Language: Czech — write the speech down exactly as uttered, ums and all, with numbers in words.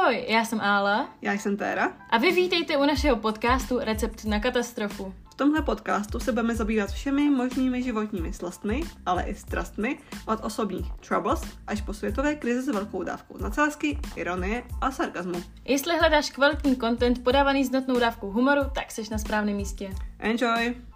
Ahoj, já jsem Ála. Já jsem Téra. A vy vítejte u našeho podcastu Recept na katastrofu. V tomhle podcastu se budeme zabývat všemi možnými životními slastmi, ale i strastmi, od osobních troubles až po světové krize s velkou dávkou nadsázky, ironie a sarkazmu. Jestli hledáš kvalitní content podávaný s notnou dávkou humoru, tak seš na správném místě. Enjoy!